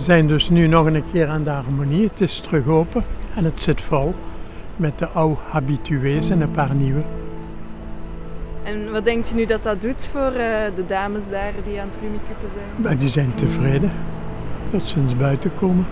zijn dus nu nog een keer aan de harmonie. Het is terug open en het zit vol met de oude habitués en een paar nieuwe. En wat denkt u nu dat dat doet voor de dames daar die aan het rummikuppen zijn? Maar die zijn tevreden dat ze eens buiten komen.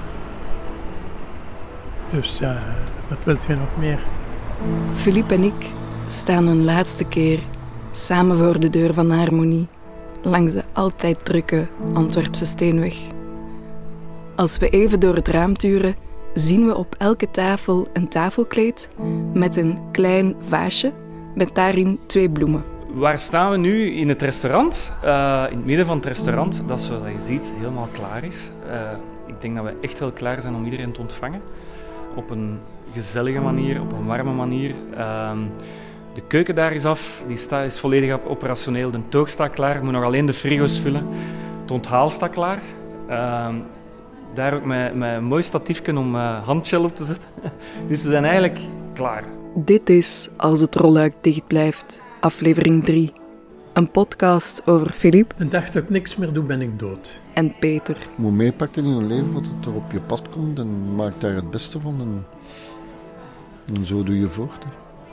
Dus wat wilt u nog meer? Philippe en ik staan een laatste keer samen voor de deur van de harmonie, langs de altijd drukke Antwerpse Steenweg. Als we even door het raam turen, zien we op elke tafel een tafelkleed met een klein vaasje met daarin 2 bloemen. Waar staan we nu? In het restaurant. In het midden van het restaurant, dat zoals je ziet helemaal klaar is. Ik denk dat we echt wel klaar zijn om iedereen te ontvangen. Op een gezellige manier, op een warme manier. De keuken daar is af, die is volledig operationeel. De toog staat klaar, ik moet nog alleen de frigo's vullen. Het onthaal staat klaar. Daar ook met een mooi statiefje om handgel op te zetten. Dus we zijn eigenlijk klaar. Dit is Als het rolluik dicht blijft, aflevering 3. Een podcast over Philippe. De dag dat ik niks meer doe, ben ik dood. En Peter. Je moet meepakken in je leven wat het er op je pad komt en maak daar het beste van. En zo doe je voort. Hè.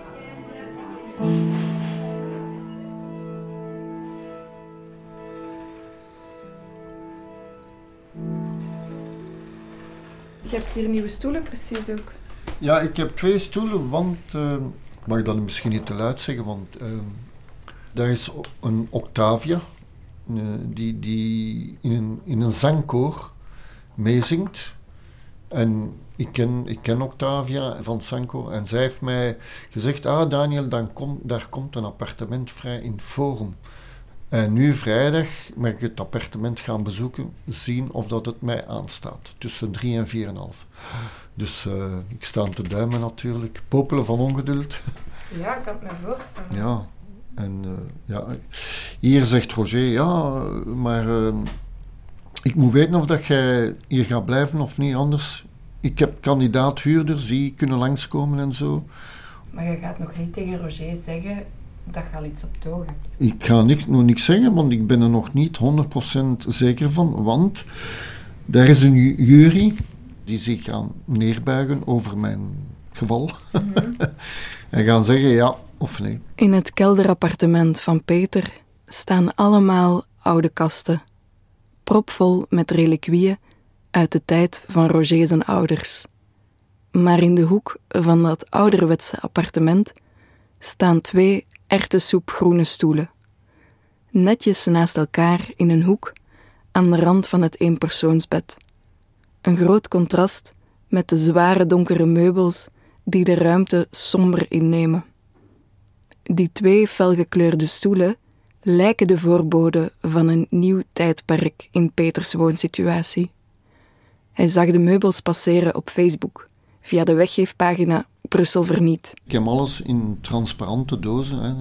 Je hebt hier nieuwe stoelen precies ook. Ja, ik heb 2 stoelen, want... ik mag dat misschien niet te luid zeggen, want... daar is een Octavia, die in een zangkoor meezingt. En ik ken Octavia van het zangkoor. En zij heeft mij gezegd... Daniel, daar komt een appartement vrij in Forum. En nu vrijdag mag ik het appartement gaan bezoeken, zien of dat het mij aanstaat. Tussen 3 en 4,5. Dus ik sta aan te duimen natuurlijk. Popelen van ongeduld. Ja, ik kan het me voorstellen. Ja, en hier zegt Roger, ja, maar ik moet weten of dat jij hier gaat blijven of niet, anders. Ik heb kandidaat-huurders die kunnen langskomen en zo. Maar je gaat nog niet tegen Roger zeggen dat je al iets op het oog hebt. Ik ga nog niks zeggen, want ik ben er nog niet 100% zeker van, want daar is een jury die zich gaan neerbuigen over mijn geval. Mm-hmm. En gaan zeggen ja of nee. In het kelderappartement van Peter staan allemaal oude kasten, propvol met reliquieën uit de tijd van Roger zijn ouders. Maar in de hoek van dat ouderwetse appartement staan 2 erwtensoepgroene stoelen. Netjes naast elkaar in een hoek aan de rand van het eenpersoonsbed. Een groot contrast met de zware donkere meubels die de ruimte somber innemen. Die 2 felgekleurde stoelen lijken de voorbode van een nieuw tijdperk in Peters woonsituatie. Hij zag de meubels passeren op Facebook, via de weggeefpagina Brussel Verniet. Ik heb alles in transparante dozen, hè.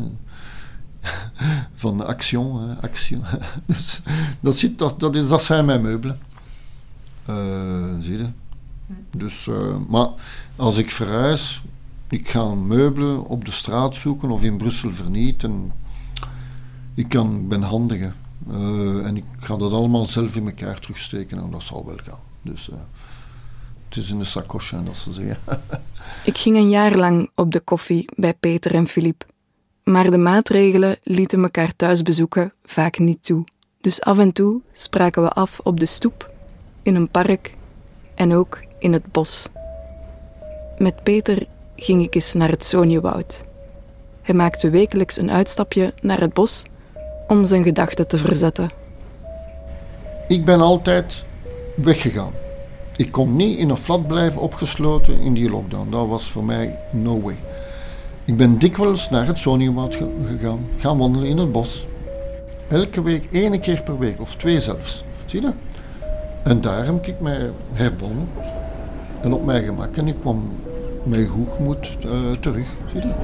Van Action. Dus dat zijn mijn meubelen. Zie je? Dus, maar als ik verhuis, ik ga meubelen op de straat zoeken of in Brussel Verniet. En ik ben handig. En ik ga dat allemaal zelf in elkaar terugsteken en dat zal wel gaan. Dus het is in de sakosje, dat ze zeggen. Ik ging een jaar lang op de koffie bij Peter en Philippe. Maar de maatregelen lieten elkaar thuis bezoeken vaak niet toe. Dus af en toe spraken we af op de stoep, in een park en ook in het bos. Met Peter ging ik eens naar het Soniewoud. Hij maakte wekelijks een uitstapje naar het bos om zijn gedachten te verzetten. Ik ben altijd weggegaan. Ik kon niet in een flat blijven opgesloten in die lockdown. Dat was voor mij no way. Ik ben dikwijls naar het Soniewoud gegaan, gaan wandelen in het bos. Elke week, 1 keer per week, of 2 zelfs. Zie je? En daar heb ik mij herbonden. En op mijn gemak. En ik kwam met goed gemoed terug. Zie je?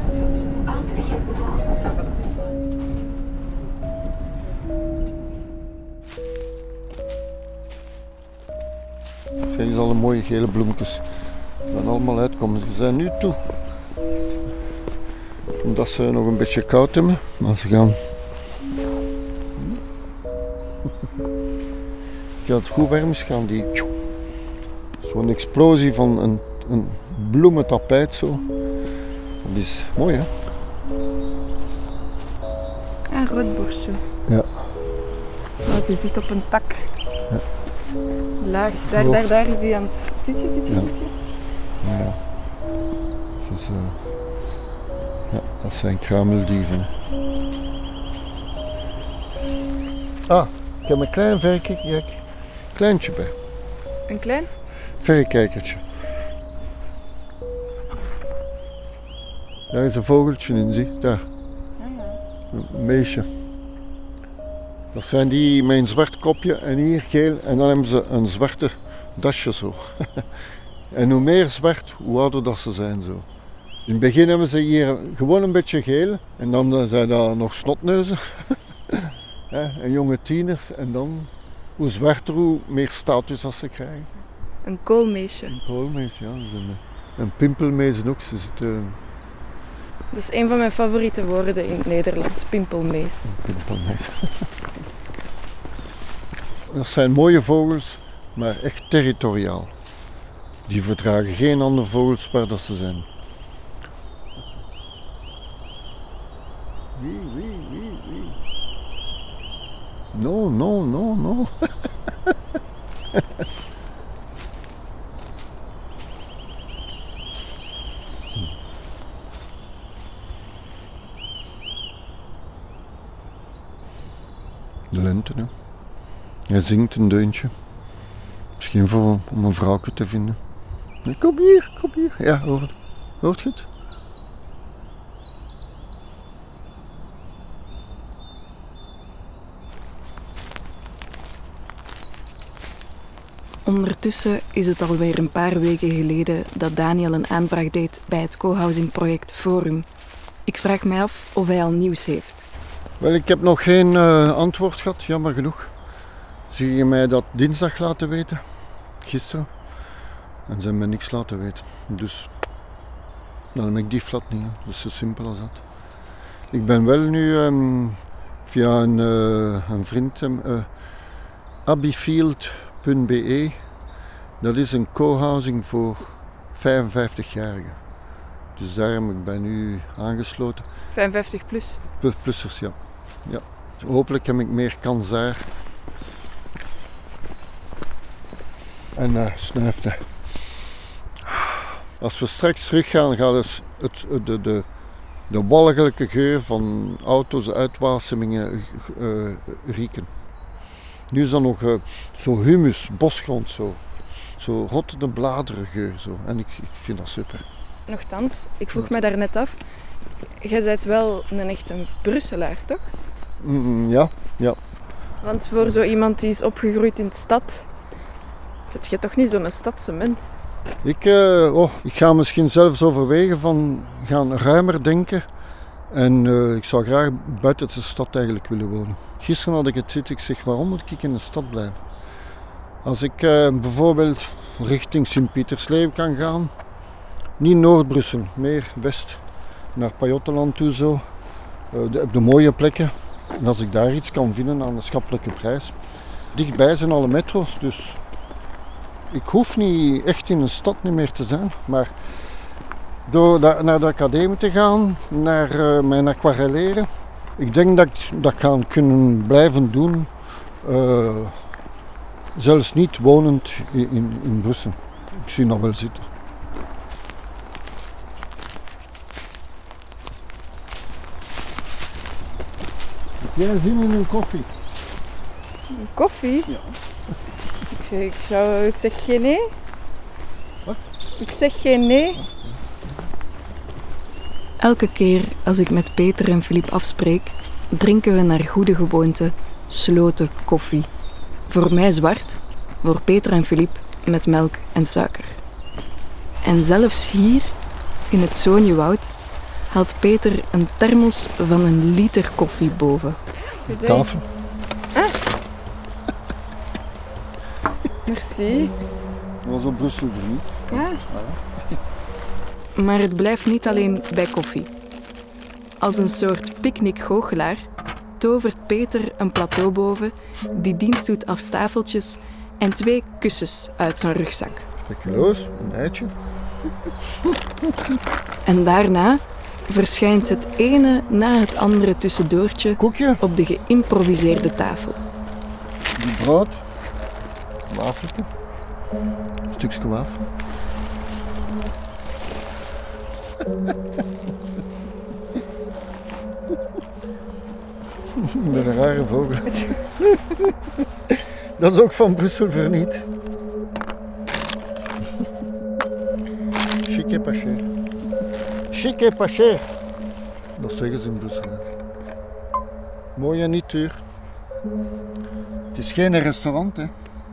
Zijn hier al een mooie gele bloemetjes. Ze gaan allemaal uitkomen. Ze zijn nu toe. Omdat ze nog een beetje koud hebben. Maar ze gaan... het goed warm is, gaan die... Zo'n explosie van een bloementapijt zo. Dat is mooi, hè? Ah, roodborstje. Ja. Oh, die zit op een tak. Ja. Laag. Daar is hij aan het... Zit je? Ja. Ja. Dus, ja, dat zijn kruimeldieven. Ah, ik heb een klein verrekijker. Kleintje bij. Een klein? Verrekijkertje. Daar is een vogeltje in, zie. Daar. Een meisje. Dat zijn die met een zwart kopje en hier geel. En dan hebben ze een zwarte dasje zo. En hoe meer zwart, hoe ouder dat ze zijn zo. In het begin hebben ze hier gewoon een beetje geel. En dan zijn dat nog snotneuzen. En jonge tieners. En dan, hoe zwarter, hoe meer status dat ze krijgen. Een koolmeesje. Een koolmees, ja. Een pimpelmees ook. Ze zitten... Dat is een van mijn favoriete woorden in het Nederlands, pimpelmees. Een pimpelmees. Dat zijn mooie vogels, maar echt territoriaal. Die verdragen geen andere vogels waar dat ze zijn. Wie. No. De lente, hè. Hij zingt een deuntje. Misschien voor om een vrouwke te vinden. Kom hier. Ja, hoort je het? Ondertussen is het alweer een paar weken geleden dat Daniel een aanvraag deed bij het cohousing-project Forum. Ik vraag mij af of hij al nieuws heeft. Wel, ik heb nog geen antwoord gehad, jammer genoeg. Ze gingen mij dat dinsdag laten weten, gisteren. En ze hebben mij niks laten weten. Dus dan heb ik die flat niet. Hè. Dat is zo simpel als dat. Ik ben wel nu via een vriend, abifield.be. Dat is een co-housing voor 55-jarigen. Dus daarom ben ik nu aangesloten. 55 plus? Plussers, ja. Hopelijk heb ik meer kans daar. En snuift hij. Als we straks teruggaan, gaat de walgelijke geur van auto's, uitwasemingen rieken. Nu is dat nog zo humus, bosgrond zo. Zo rottende bladerengeur zo. En ik vind dat super. Nochtans, ik vroeg me daar net af. Jij bent wel een echte Brusselaar, toch? Ja. Want voor zo iemand die is opgegroeid in de stad, zit je toch niet zo'n stadse mens? Ik ga misschien zelfs overwegen van gaan ruimer denken. En ik zou graag buiten de stad eigenlijk willen wonen. Gisteren had ik het zitten, ik zeg, waarom moet ik in de stad blijven? Als ik bijvoorbeeld richting Sint-Pietersleeuw kan gaan, niet Noord-Brussel, meer west, naar Pajottenland toe zo, de mooie plekken. En als ik daar iets kan vinden aan een schappelijke prijs. Dichtbij zijn alle metro's, dus ik hoef niet echt in een stad niet meer te zijn. Maar door naar de academie te gaan, naar mijn aquarelleren, ik denk dat ik dat ga kunnen blijven doen, zelfs niet wonend in Brussel. Ik zie dat wel zitten. Heb jij zin in een koffie? Een koffie? Ja. Ik zeg geen nee. Wat? Ik zeg geen nee. Elke keer als ik met Peter en Filip afspreek, drinken we naar goede gewoonte sloten koffie. Voor mij zwart, voor Peter en Filip met melk en suiker. En zelfs hier, in het Soniewoud, haalt Peter een thermos van 1 liter koffie boven. Tafel. Merci. Dat was op Brussel verniet. Ja. Maar het blijft niet alleen bij koffie. Als een soort picknickgoochelaar tovert Peter een plateau boven die dienst doet als tafeltjes en 2 kussens uit zijn rugzak. Speculoos, een eitje. En daarna verschijnt het ene na het andere tussendoortje Koekje, op de geïmproviseerde tafel. die brood, wafeltje, een stukje wafel. Ik ben een rare vogel. Dat is ook van Brussel verniet. Chic et pas cher. Chic et pas cher. Dat zeggen ze in Brussel. Hè. Mooi en niet duur. Het is geen restaurant, hè.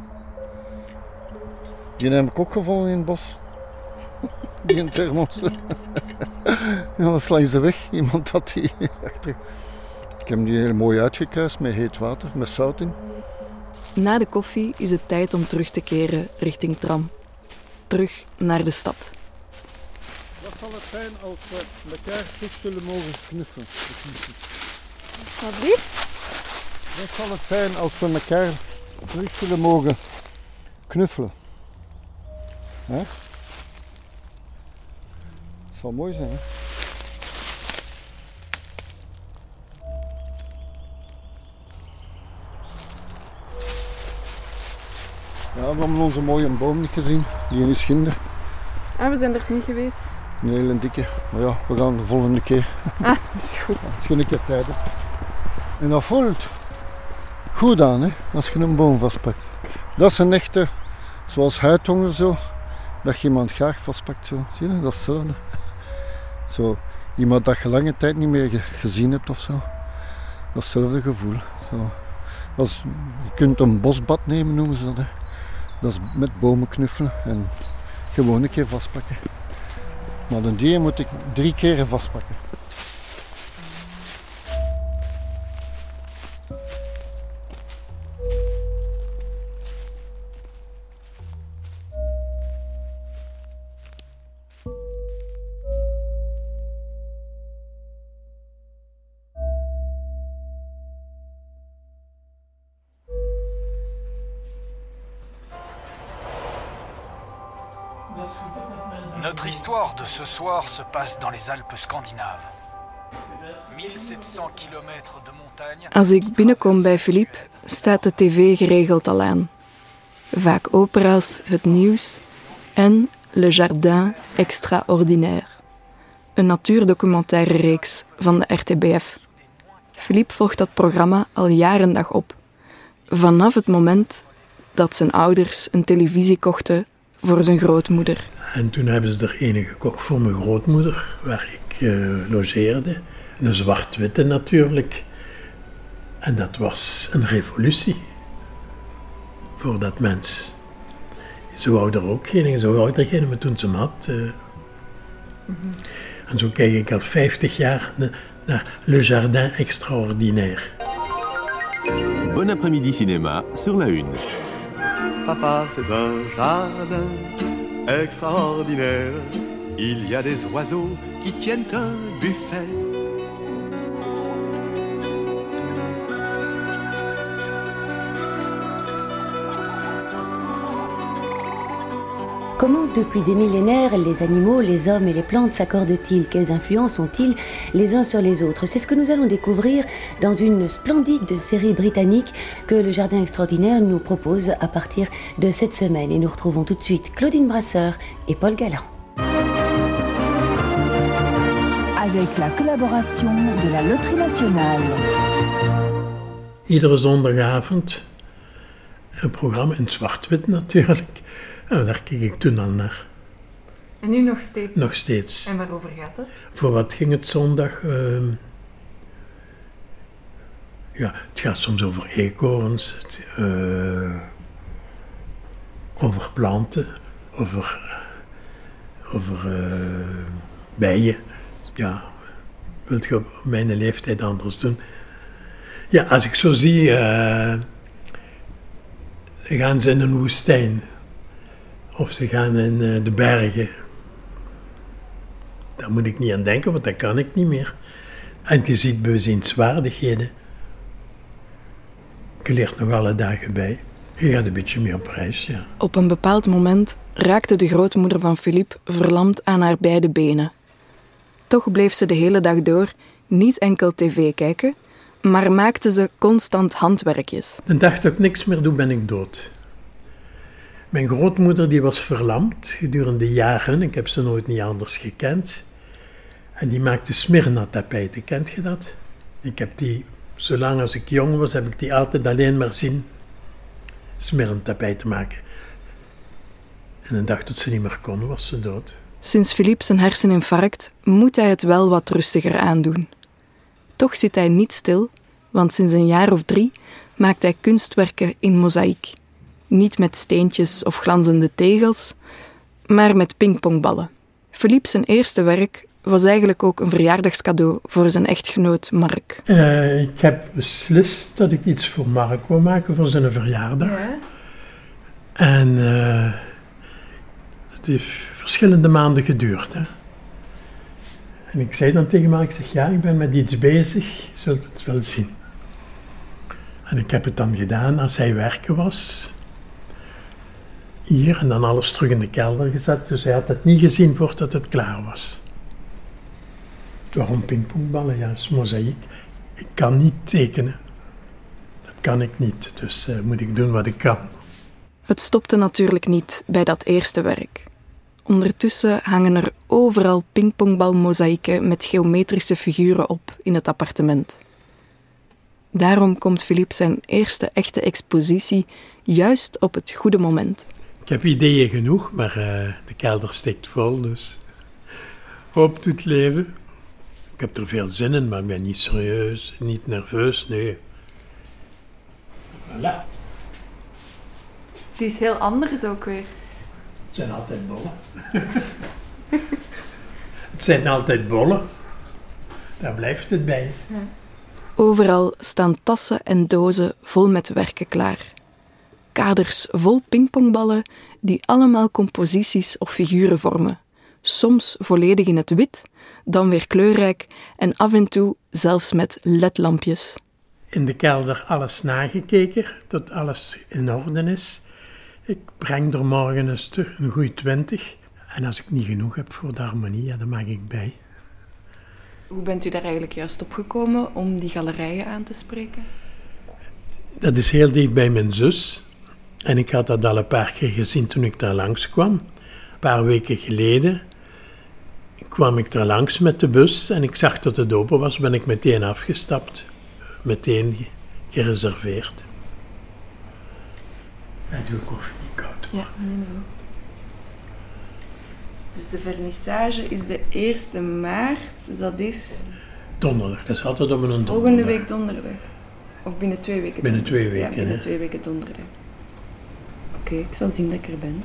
Die heb ik ook gevonden in het bos. Die een thermos. Dat was langs de weg. Iemand had die achter. Ik heb die heel mooi uitgekuist met heet water, met zout in. Na de koffie is het tijd om terug te keren richting tram. Terug naar de stad. Wat zal het zijn als we elkaar terug zullen mogen knuffelen? Wat lief? Wat zal het zijn als we elkaar terug zullen mogen knuffelen? Hè? Het zal mooi zijn, hè? Ja, we hebben onze mooie boom niet gezien. Die is ginder. Ah, we zijn er niet geweest. Een hele dikke. Maar ja, we gaan de volgende keer. Ah, dat is goed. Als je een keer tijd hebt. En dat voelt goed aan, hè, als je een boom vastpakt. Dat is een echte, zoals huidhonger zo, dat je iemand graag vastpakt. Zo. Zie je, dat is hetzelfde. Zo, iemand dat je lange tijd niet meer gezien hebt of zo. Dat is hetzelfde gevoel. Zo. Dat is, je kunt een bosbad nemen, noemen ze dat. Hè. Dat is met bomen knuffelen en gewoon een keer vastpakken. Maar een dier moet ik 3 keer vastpakken. Notre histoire de ce soir se passe dans les Alpes scandinaves. 1700 kilomètres de montagne. Als ik binnenkom bij Philippe, staat de tv geregeld al aan. Vaak opera's, het nieuws en Le Jardin Extraordinaire. Een natuurdocumentaire reeks van de RTBF. Philippe volgt dat programma al jaren dag op. Vanaf het moment dat zijn ouders een televisie kochten voor zijn grootmoeder. En toen hebben ze er een gekocht voor mijn grootmoeder, waar ik logeerde. Een zwart-witte natuurlijk. En dat was een revolutie voor dat mens. Zo wou er ook geen, zo wou er geen, maar toen ze hem had. En zo kijk ik al 50 jaar naar Le Jardin Extraordinaire. Bon après-midi cinéma sur la une. Papa, c'est un jardin extraordinaire. Il y a des oiseaux qui tiennent un buffet. Comment, depuis des millénaires, les animaux, les hommes et les plantes s'accordent-ils? Quelles influences ont-ils les uns sur les autres? C'est ce que nous allons découvrir dans une splendide série britannique que le Jardin Extraordinaire nous propose à partir de cette semaine. Et nous retrouvons tout de suite Claudine Brasseur et Paul Galland. Avec la collaboration de la Loterie Nationale. Iedere zondagavond een programma in zwart-wit natuurlijk. En daar keek ik toen al naar. En nu nog steeds? Nog steeds. En waarover gaat het? Voor wat ging het zondag? Ja, het gaat soms over eekhoorns, over planten, over bijen. Ja, wilt je op mijn leeftijd anders doen? Ja, als ik zo zie, gaan ze in een woestijn. Of ze gaan in de bergen. Daar moet ik niet aan denken, want dat kan ik niet meer. En je ziet bezienswaardigheden. Je leert nog alle dagen bij. Je gaat een beetje mee op reis, ja. Op een bepaald moment raakte de grootmoeder van Philippe verlamd aan haar beide benen. Toch bleef ze de hele dag door niet enkel tv kijken, maar maakte ze constant handwerkjes. De dag dat ik niks meer doe, ben ik dood. Mijn grootmoeder die was verlamd gedurende jaren. Ik heb ze nooit niet anders gekend. En die maakte Smyrna-tapijten. Kent je dat? Ik heb die, zolang als ik jong was, heb ik die altijd alleen maar zien Smyrna-tapijten maken. En de dag dat ze niet meer kon, was ze dood. Sinds Philippe zijn herseninfarct moet hij het wel wat rustiger aandoen. Toch zit hij niet stil, want sinds een jaar of 3 maakt hij kunstwerken in mozaïek. Niet met steentjes of glanzende tegels, maar met pingpongballen. Philippe zijn eerste werk was eigenlijk ook een verjaardagscadeau voor zijn echtgenoot Mark. Ik heb beslist dat ik iets voor Mark wil maken voor zijn verjaardag. Ja. En het heeft verschillende maanden geduurd. Hè. En ik zei dan tegen Mark, ik zeg, ja, ik ben met iets bezig, je zult het wel zien. En ik heb het dan gedaan als hij werken was. Hier, en dan alles terug in de kelder gezet. Dus hij had het niet gezien voordat het klaar was. Waarom pingpongballen? Ja, dat is mozaïek. Ik kan niet tekenen. Dat kan ik niet. Dus moet ik doen wat ik kan. Het stopte natuurlijk niet bij dat eerste werk. Ondertussen hangen er overal pingpongbalmozaïeken met geometrische figuren op in het appartement. Daarom komt Philippe zijn eerste echte expositie juist op het goede moment. Ik heb ideeën genoeg, maar de kelder steekt vol, dus hoop doet leven. Ik heb er veel zin in, maar ik ben niet serieus, niet nerveus, nee. Voilà. Het is heel anders ook weer. Het zijn altijd bollen. Het zijn altijd bollen. Daar blijft het bij. Ja. Overal staan tassen en dozen vol met werken klaar. Kaders vol pingpongballen die allemaal composities of figuren vormen. Soms volledig in het wit, dan weer kleurrijk en af en toe zelfs met ledlampjes. In de kelder alles nagekeken, tot alles in orde is. Ik breng er morgen een goeie 20. En als ik niet genoeg heb voor de harmonie, ja, dan maak ik bij. Hoe bent u daar eigenlijk juist op gekomen om die galerijen aan te spreken? Dat is heel dicht bij mijn zus. En ik had dat al een paar keer gezien toen ik daar langskwam. Een paar weken geleden kwam ik daar langs met de bus en ik zag dat het open was, ben ik meteen afgestapt. Meteen gereserveerd. En doe koffie niet koud. Ja, nee. Dus de vernissage is de 1 maart, dat is... Donderdag, dat is altijd op een donderdag. Volgende week donderdag. Of binnen 2 weken binnen donderdag. 2 weken, ja, binnen 2 weken donderdag. Oké, ik zal zien dat ik er ben.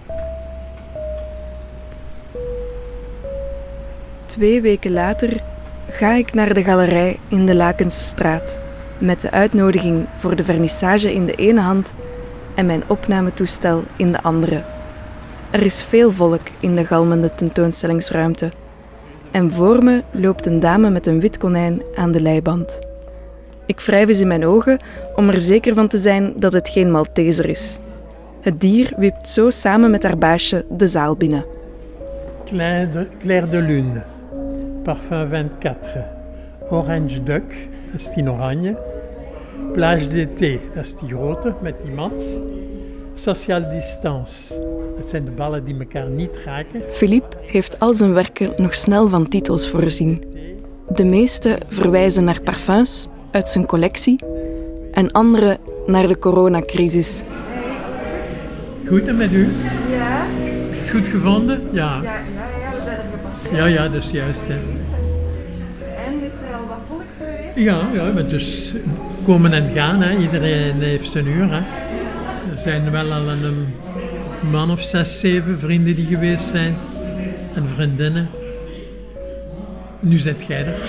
2 weken later ga ik naar de galerij in de Lakense straat, met de uitnodiging voor de vernissage in de ene hand en mijn opnametoestel in de andere. Er is veel volk in de galmende tentoonstellingsruimte. En voor me loopt een dame met een wit konijn aan de leiband. Ik wrijf eens in mijn ogen om er zeker van te zijn dat het geen Malteser is. Het dier wipt zo samen met haar baasje de zaal binnen. Clair de Lune, Parfum 24, Orange Duck, dat is die oranje. Plage d'été, dat is die grote met die mat. Social Distance, dat zijn de ballen die elkaar niet raken. Philippe heeft al zijn werken nog snel van titels voorzien. De meeste verwijzen naar parfums uit zijn collectie en andere naar de coronacrisis. Goed en met u? Ja. Is het goed gevonden? Ja. Ja, we zijn er gepasseerd. Ja, dat is juist. Hè. En is er al wat volk geweest? Ja, maar dus komen en gaan. Hè. Iedereen heeft zijn uur. Hè. Er zijn wel al een man of 6, 7 vrienden die geweest zijn. En vriendinnen. Nu zit jij er.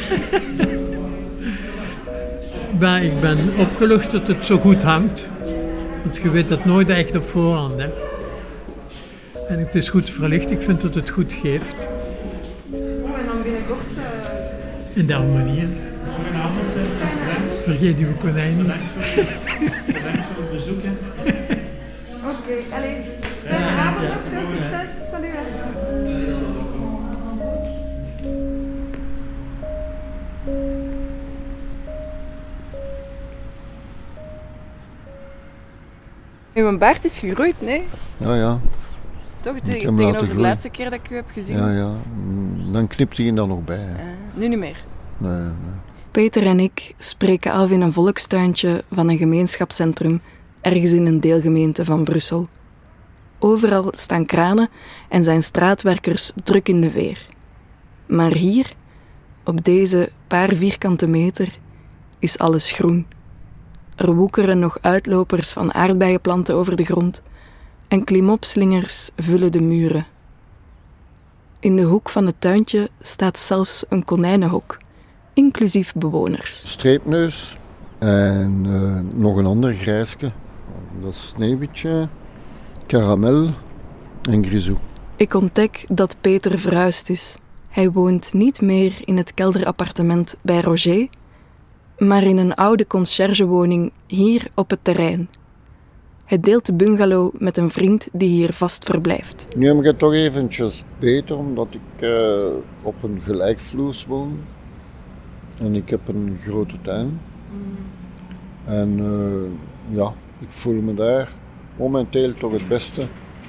Maar ik ben opgelucht dat het zo goed hangt. Want je weet dat nooit echt op voorhand. Hè. En het is goed verlicht. Ik vind dat het goed geeft. En dan binnenkort... In de harmonie. Goedenavond. Vergeet uw konijn niet. Bedankt voor het bezoek. Oké, allez. Beste avond, veel succes. Salut. Mijn baard is gegroeid, nee? Ja. Toch Ik tegenover heb de laten groeien. laatste keer dat ik u heb gezien? Ja. Dan knipt hij er nog bij. Hè. Nu niet meer. Nee. Peter en ik spreken af in een volkstuintje van een gemeenschapscentrum ergens in een deelgemeente van Brussel. Overal staan kranen en zijn straatwerkers druk in de weer. Maar hier, op deze paar vierkante meter, is alles groen. Er woekeren nog uitlopers van aardbeienplanten over de grond en klimopslingers vullen de muren. In de hoek van het tuintje staat zelfs een konijnenhok, inclusief bewoners. Streepneus en nog een ander grijsje. Dat is Sneeuwwitje, Karamel en Grisou. Ik ontdek dat Peter verhuisd is. Hij woont niet meer in het kelderappartement bij Roger, maar in een oude conciërgewoning hier op het terrein. Hij deelt de bungalow met een vriend die hier vast verblijft. Nu heb ik het toch eventjes beter, omdat ik op een gelijkvloers woon. En ik heb een grote tuin. En ik voel me daar momenteel toch het beste.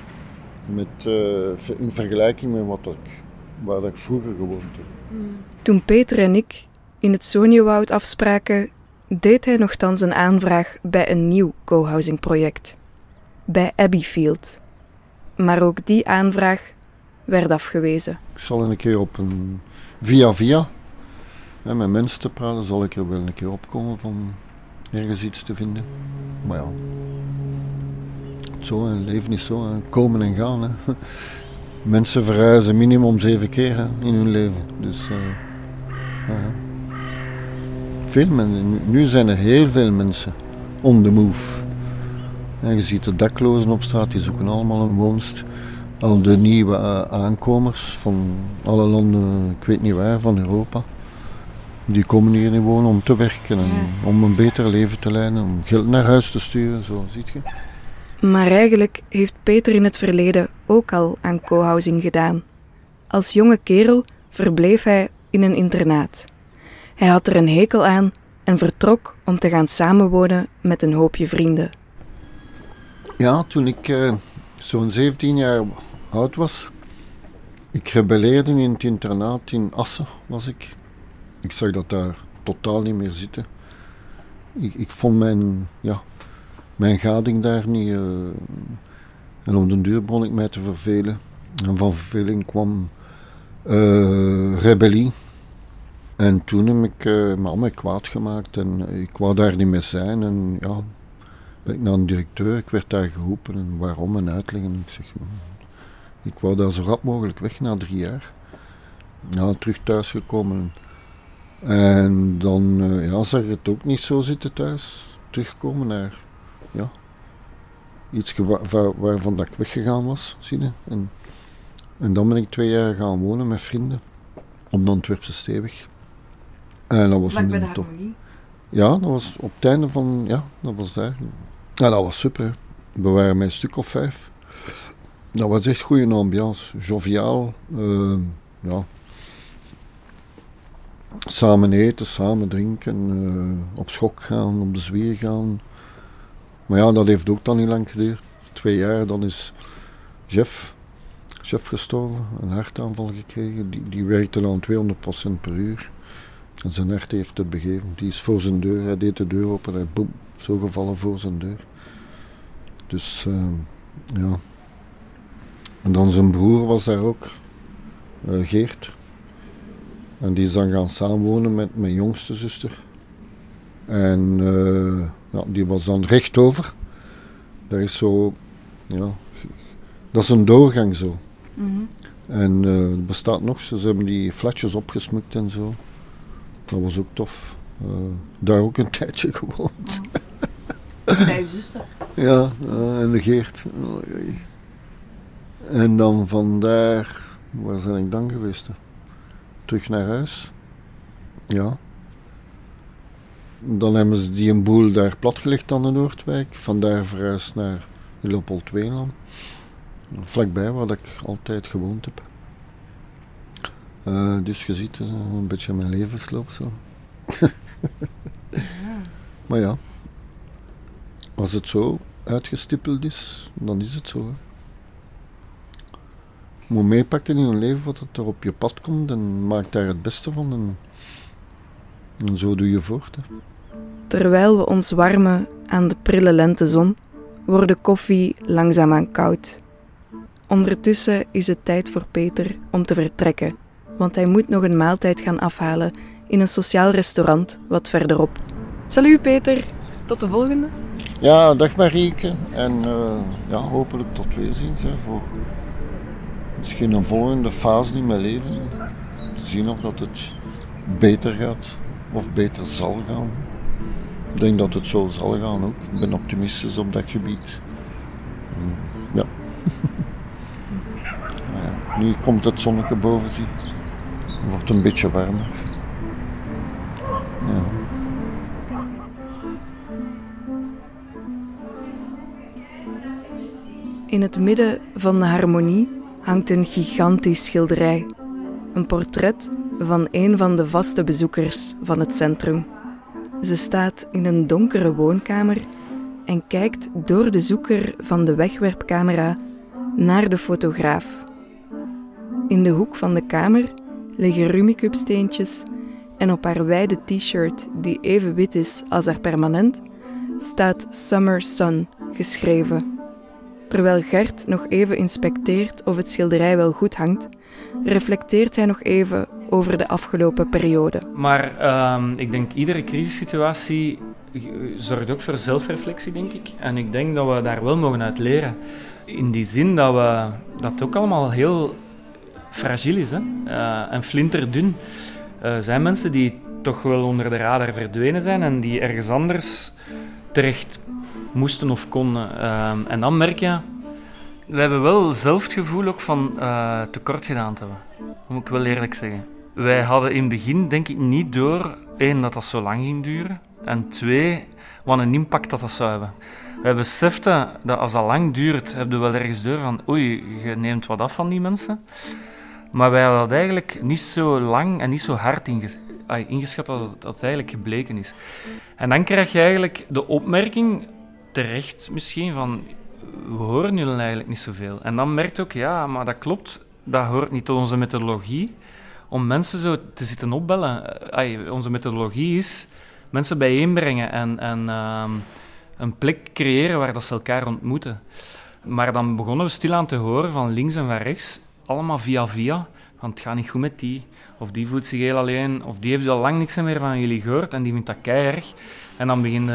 In vergelijking met waar ik vroeger gewoond heb. Toen Peter en ik in het Soniewoud afspraken, deed hij nochtans een aanvraag bij een nieuw co-housing project. Bij Abbeyfield. Maar ook die aanvraag werd afgewezen. Ik zal een keer op een via met mensen te praten, zal ik er wel een keer opkomen van ergens iets te vinden. Maar ja, zo, het leven is zo, hè. Komen en gaan. Hè. Mensen verhuizen minimum 7 keer hè, in hun leven. Dus veel mensen. Nu zijn er heel veel mensen on the move. En je ziet de daklozen op straat, die zoeken allemaal een woonst. Al de nieuwe aankomers van alle landen, ik weet niet waar, van Europa. Die komen hier niet wonen om te werken en om een beter leven te leiden, om geld naar huis te sturen, zo ziet je. Maar eigenlijk heeft Peter in het verleden ook al aan co-housing gedaan. Als jonge kerel verbleef hij in een internaat. Hij had er een hekel aan en vertrok om te gaan samenwonen met een hoopje vrienden. Ja, toen ik zo'n 17 jaar oud was, ik rebelleerde in het internaat in Assen, was ik. Ik zag dat daar totaal niet meer zitten. Ik vond mijn gading daar niet. En op den duur begon ik mij te vervelen. En van verveling kwam rebellie. En toen heb ik me allemaal kwaad gemaakt en ik wou daar niet meer zijn. En ja, ben ik naar een directeur, ik werd daar geroepen en waarom en uitleggen. Ik zeg, ik wou daar zo rap mogelijk weg na 3 jaar. Ja, terug thuis gekomen. En dan zag ik het ook niet zo zitten thuis. Terugkomen naar iets waarvan dat ik weggegaan was. Zie je? En dan ben ik 2 jaar gaan wonen met vrienden op de Antwerpse Steenweg. En dat was Vlak bij de Harmonie? Ja, dat was op het einde van... Ja, dat was daar. Ja, dat was super. Hè. We waren met een stuk of 5. Dat was echt goede ambiance. Joviaal. Samen eten, samen drinken. Op schok gaan, op de zwier gaan. Maar ja, dat heeft ook dan niet lang geduurd. 2 jaar, dan is Jeff gestorven. Een hartaanval gekregen. Die werkte dan 200% per uur. En zijn hart heeft het begeven. Die is voor zijn deur. Hij deed de deur open en hij boem, zo gevallen voor zijn deur. Dus ja. En dan zijn broer was daar ook. Geert. En die is dan gaan samenwonen met mijn jongste zuster. En die was dan rechtover. Daar is zo... Ja, dat is een doorgang zo. Mm-hmm. En het bestaat nog. Ze hebben die flatjes opgesmukt en zo. Dat was ook tof. Daar ook een tijdje gewoond. Bij uw zuster? Ja, en de Geert. En dan vandaar... Waar ben ik dan geweest? Terug naar huis. Ja. Dan hebben ze die een boel daar platgelegd aan de Noordwijk. Vandaar verhuisd naar Leopold-Weeland. Vlakbij waar ik altijd gewoond heb. Dus je ziet een beetje mijn levensloop zo. Maar ja, als het zo uitgestippeld is, dan is het zo. Hè. Je moet meepakken in je leven wat er op je pad komt en maak daar het beste van. En zo doe je voort. Hè. Terwijl we ons warmen aan de prille lentezon, wordt de koffie langzaamaan koud. Ondertussen is het tijd voor Peter om te vertrekken, want hij moet nog een maaltijd gaan afhalen in een sociaal restaurant wat verderop. Salut Peter, tot de volgende. Ja, dag Marieke. En hopelijk tot weerziens voor misschien een volgende fase in mijn leven. Te zien of dat het beter gaat of beter zal gaan. Ik denk dat het zo zal gaan ook. Ik ben optimistisch op dat gebied. Ja. Nu komt het zonnetje boven zich. Het wordt een beetje warmer. Ja. In het midden van de harmonie hangt een gigantisch schilderij. Een portret van een van de vaste bezoekers van het centrum. Ze staat in een donkere woonkamer en kijkt door de zoeker van de wegwerpcamera naar de fotograaf. In de hoek van de kamer liggen Rummikub-steentjes en op haar wijde t-shirt, die even wit is als haar permanent, staat Summer Sun geschreven. Terwijl Gert nog even inspecteert of het schilderij wel goed hangt, reflecteert hij nog even over de afgelopen periode. Maar ik denk iedere crisissituatie zorgt ook voor zelfreflectie, denk ik. En ik denk dat we daar wel mogen uit leren. In die zin dat het ook allemaal heel fragiel is, hè? En flinterdun. Er zijn mensen die toch wel onder de radar verdwenen zijn en die ergens anders terecht moesten of konden. En dan merk je, we hebben wel zelf het gevoel ook van tekort gedaan te hebben. Dat moet ik wel eerlijk zeggen. Wij hadden in het begin denk ik niet door, 1, dat zo lang ging duren. En 2, wat een impact dat zou hebben. Wij beseften dat als dat lang duurt, heb je wel ergens door van oei, je neemt wat af van die mensen. Maar wij hadden dat eigenlijk niet zo lang en niet zo hard ingeschat als dat eigenlijk gebleken is. En dan krijg je eigenlijk de opmerking, terecht misschien, van we horen jullie eigenlijk niet zoveel. En dan merkt je ook, ja, maar dat klopt, dat hoort niet tot onze methodologie, om mensen zo te zitten opbellen. Onze methodologie is mensen bijeenbrengen en een plek creëren waar dat ze elkaar ontmoeten. Maar dan begonnen we stilaan te horen van links en van rechts, allemaal via, want het gaat niet goed met die, of die voelt zich heel alleen, of die heeft al lang niks meer van jullie gehoord en die vindt dat keierg. En dan begin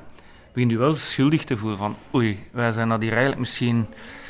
je wel schuldig te voelen van oei, wij zijn dat hier eigenlijk misschien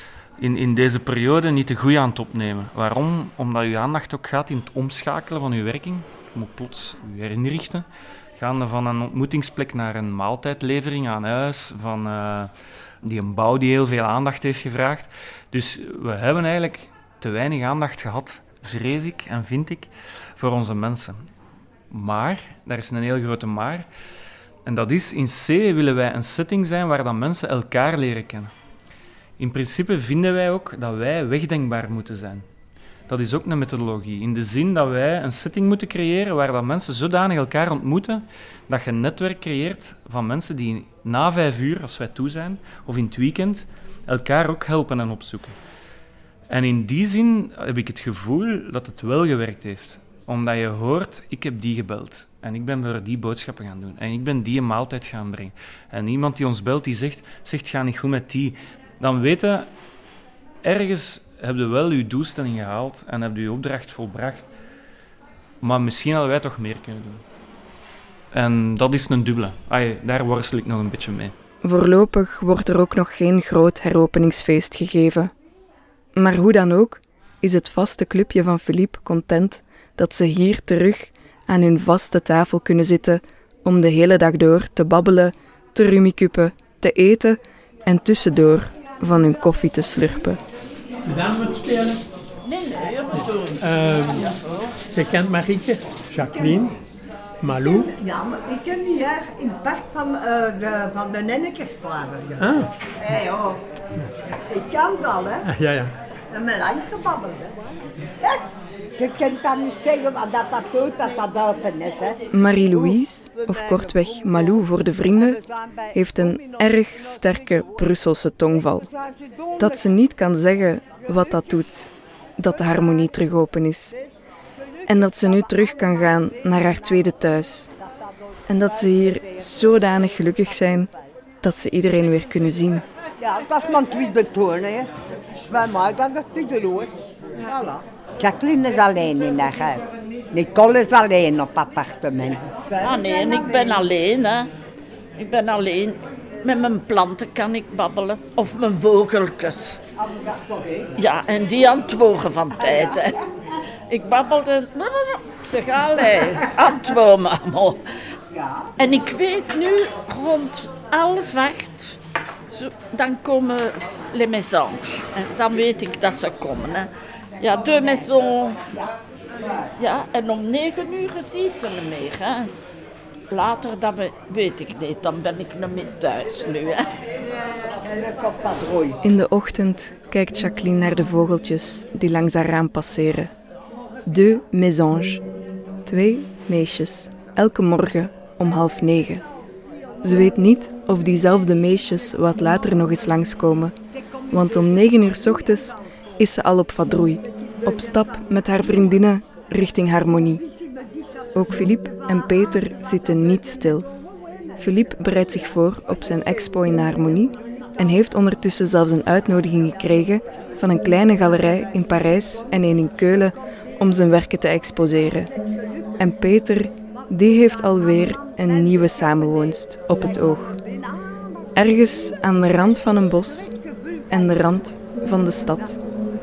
in deze periode niet te goed aan het opnemen. Waarom? Omdat je aandacht ook gaat in het omschakelen van je werking. Je moet plots je herinrichten. Gaande van een ontmoetingsplek naar een maaltijdlevering aan huis, van die een bouw die heel veel aandacht heeft gevraagd. Dus we hebben eigenlijk te weinig aandacht gehad, vrees ik en vind ik, voor onze mensen. Maar, daar is een heel grote maar, en dat is, in C willen wij een setting zijn waar dan mensen elkaar leren kennen. In principe vinden wij ook dat wij wegdenkbaar moeten zijn. Dat is ook een methodologie, in de zin dat wij een setting moeten creëren waar dat mensen zodanig elkaar ontmoeten, dat je een netwerk creëert van mensen die na 5 uur, als wij toe zijn, of in het weekend, elkaar ook helpen en opzoeken. En in die zin heb ik het gevoel dat het wel gewerkt heeft. Omdat je hoort, ik heb die gebeld. En ik ben voor die boodschappen gaan doen. En ik ben die een maaltijd gaan brengen. En iemand die ons belt, die zegt ga niet goed met die. Dan weten, ergens heb je wel je doelstelling gehaald en heb je je opdracht volbracht. Maar misschien hadden wij toch meer kunnen doen. En dat is een dubbele. Daar worstel ik nog een beetje mee. Voorlopig wordt er ook nog geen groot heropeningsfeest gegeven. Maar hoe dan ook, is het vaste clubje van Philippe content dat ze hier terug aan hun vaste tafel kunnen zitten om de hele dag door te babbelen, te rummikuppen, te eten en tussendoor van hun koffie te slurpen. Gedaan met spelen? Nee, Je kent Marieke, Jacqueline. Malou? Ja, maar ik ken die hier in het park van de Nennekersplaver. Ah. Hey, oh. Ik kan dat, hè. Ja. En mijn lang gebabbeld, hè. Je kunt dat niet zeggen, maar dat doet, dat open is, hè. Marie-Louise, of kortweg Malou voor de vrienden, heeft een erg sterke Brusselse tongval. Dat ze niet kan zeggen wat dat doet, dat de harmonie terug open is. En dat ze nu terug kan gaan naar haar tweede thuis. En dat ze hier zodanig gelukkig zijn dat ze iedereen weer kunnen zien. Ja, dat is mijn tweede toon, hè. Bij mij dat is tweede hoor. Voilà. Jacqueline is alleen in haar huis. Nicole is alleen op appartement. Ah nee, en ik ben alleen, hè. Ik ben alleen. Met mijn planten kan ik babbelen. Of mijn vogeltjes. Ja, en die antwoorden van tijd, hè. Ik babbelde... Ze gaan antwoorden, mama. En ik weet nu, rond 7:30, dan komen les mésanges. En dan weet ik dat ze komen, hè. Ja, 2 maisons. Ja, en om 9 uur zie ze niet meer, hè. Later, dat weet ik niet. Dan ben ik nog niet thuis nu, hè. In de ochtend kijkt Jacqueline naar de vogeltjes die langs haar raam passeren. 2 mésanges. 2 meisjes. Elke morgen om 8:30. Ze weet niet of diezelfde meisjes wat later nog eens langskomen. Want om 9 uur 's ochtends is ze al op vadrouille. Op stap met haar vriendinnen richting harmonie. Ook Philippe en Peter zitten niet stil. Philippe bereidt zich voor op zijn expo in de harmonie en heeft ondertussen zelfs een uitnodiging gekregen van een kleine galerij in Parijs en een in Keulen om zijn werken te exposeren. En Peter, die heeft alweer een nieuwe samenwoonst op het oog. Ergens aan de rand van een bos en de rand van de stad.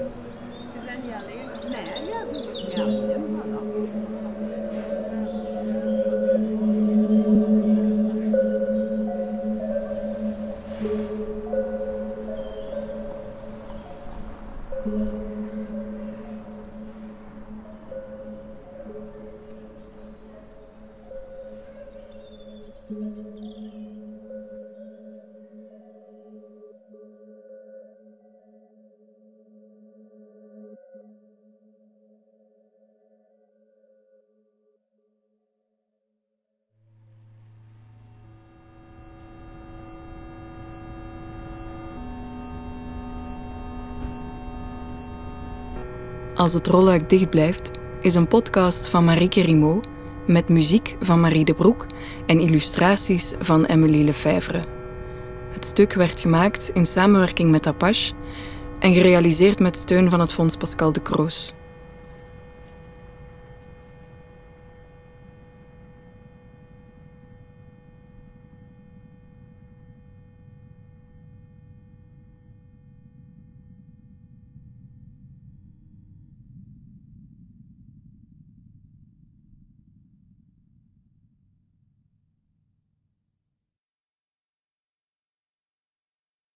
Als het rolluik dicht blijft, is een podcast van Marieke Rimeau met muziek van Marie de Broek en illustraties van Emily Lefebvre. Het stuk werd gemaakt in samenwerking met Apache en gerealiseerd met steun van het Fonds Pascal de Croos.